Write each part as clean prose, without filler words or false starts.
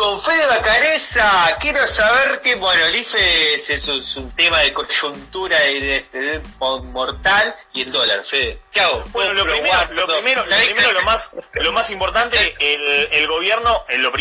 con Fede Bacareza. Quiero saber que, bueno, el IFE es un tema de coyuntura y de mortal, y el dólar, Fede. ¿Qué hago? Bueno, lo primero, lo más importante, el gobierno,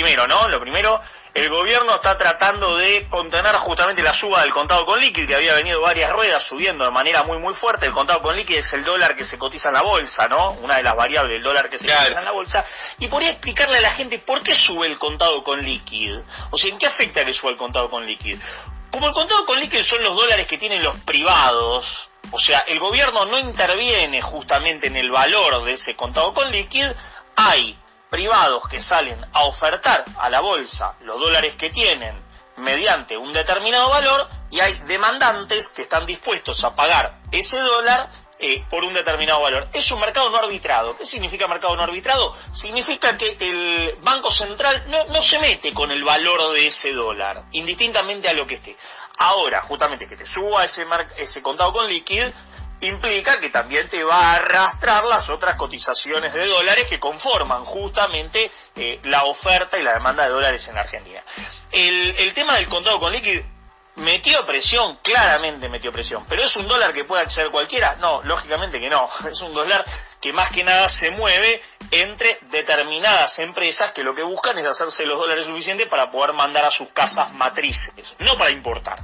el gobierno está tratando de contener justamente la suba del contado con liquid, que había venido varias ruedas subiendo de manera muy fuerte. El contado con liquid es el dólar que se cotiza en la bolsa, ¿no? Una de las variables, el dólar que se cotiza en la bolsa. Y podría explicarle a la gente por qué sube el contado con liquid. O sea, ¿en qué afecta que suba el contado con liquid? Como el contado con liquid son los dólares que tienen los privados, o sea, el gobierno no interviene justamente en el valor de ese contado con liquid, hay privados que salen a ofertar a la bolsa los dólares que tienen mediante un determinado valor, y hay demandantes que están dispuestos a pagar ese dólar por un determinado valor. Es un mercado no arbitrado. ¿Qué significa mercado no arbitrado? Significa que el Banco Central no se mete con el valor de ese dólar, indistintamente a lo que esté. Ahora, justamente que te suba ese contado con liquid implica que también te va a arrastrar las otras cotizaciones de dólares que conforman justamente la oferta y la demanda de dólares en Argentina. El tema del contado con liquid metió presión, claramente metió presión, pero ¿es un dólar que puede acceder cualquiera? No, lógicamente que no. Es un dólar que más que nada se mueve entre determinadas empresas que lo que buscan es hacerse los dólares suficientes para poder mandar a sus casas matrices, no para importar.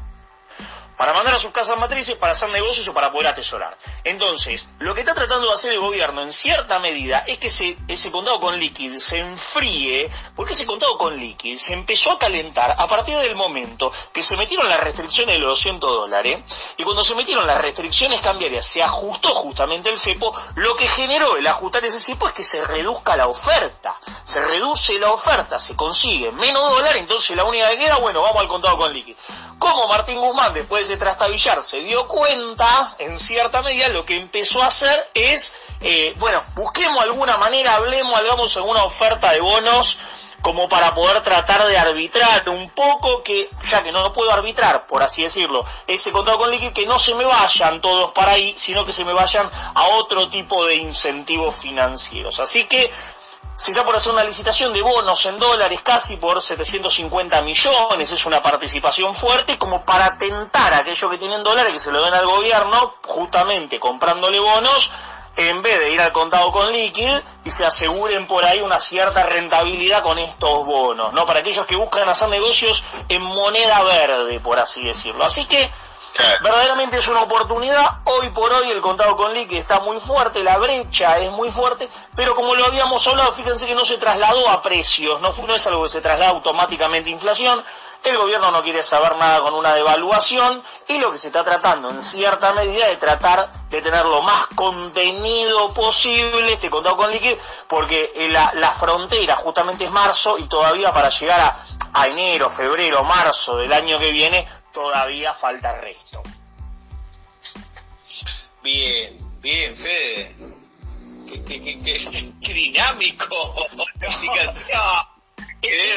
Para mandar a sus casas matrices, para hacer negocios o para poder atesorar. Entonces, lo que está tratando de hacer el gobierno en cierta medida es que ese contado con liquid se enfríe, porque ese contado con liquid se empezó a calentar a partir del momento que se metieron las restricciones de los 200 dólares, y cuando se metieron las restricciones cambiarias, se ajustó justamente el cepo. Lo que generó el ajustar ese cepo es que se reduzca la oferta. Se reduce la oferta, se consigue menos dólar, entonces la única que queda, bueno, vamos al contado con liquid. Como Martín Guzmán, después de trastabillar, se dio cuenta, en cierta medida, lo que empezó a hacer es, bueno, busquemos alguna manera, hagamos alguna oferta de bonos, como para poder tratar de arbitrar un poco, que ya que no puedo arbitrar, por así decirlo, ese contado con liquid, que no se me vayan todos para ahí, sino que se me vayan a otro tipo de incentivos financieros. Así que se está por hacer una licitación de bonos en dólares casi por 750 millones, es una participación fuerte, como para tentar a aquellos que tienen dólares que se lo den al gobierno, justamente comprándole bonos, en vez de ir al contado con liquid, y se aseguren por ahí una cierta rentabilidad con estos bonos, ¿no? Para aquellos que buscan hacer negocios en moneda verde, por así decirlo. Así que verdaderamente es una oportunidad. Hoy por hoy el contado con liquid está muy fuerte, la brecha es muy fuerte, pero como lo habíamos hablado, fíjense que no se trasladó a precios, no es algo que se traslada automáticamente a inflación. El gobierno no quiere saber nada con una devaluación, y lo que se está tratando en cierta medida es tratar de tener lo más contenido posible este contado con liquid, porque la frontera justamente es marzo, y todavía para llegar a enero, febrero, marzo del año que viene todavía falta el resto. Bien, Fede. Qué dinámico. De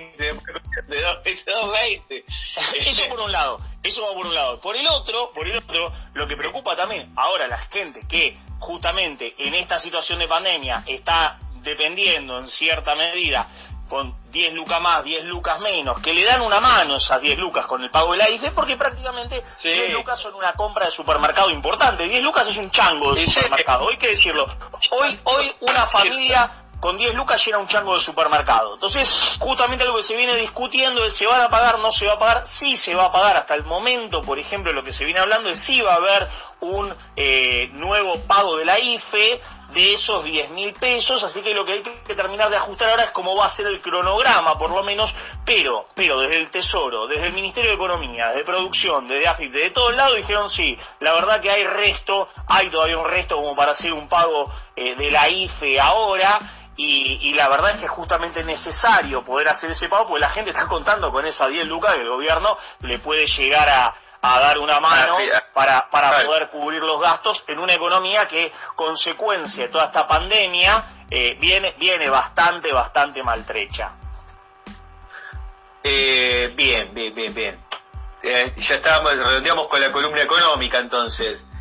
220. Eso por un lado, eso va por un lado. Por el otro, lo que preocupa también ahora a la gente que justamente en esta situación de pandemia está dependiendo en cierta medida con 10 lucas más, 10 lucas menos, que le dan una mano esas 10 lucas con el pago del AIFE, porque prácticamente 10 lucas son una compra de supermercado importante. 10 lucas es un chango de supermercado, hay que decirlo. Hoy una familia con 10 lucas llena un chango de supermercado. Entonces, justamente lo que se viene discutiendo es: ¿se van a pagar, no se va a pagar? Sí se va a pagar. Hasta el momento, por ejemplo, lo que se viene hablando es si va a haber un nuevo pago de la IFE de esos 10.000 pesos, así que lo que hay que terminar de ajustar ahora es cómo va a ser el cronograma, por lo menos, pero desde el Tesoro, desde el Ministerio de Economía, de Producción, desde AFIP, de todos lados dijeron sí, la verdad que hay todavía un resto como para hacer un pago de la IFE ahora, y la verdad es que es justamente necesario poder hacer ese pago, porque la gente está contando con esas 10 lucas que el gobierno le puede llegar a dar una mano para poder cubrir los gastos en una economía que, consecuencia de toda esta pandemia, viene bastante maltrecha. Bien. Ya redondeamos con la columna económica entonces.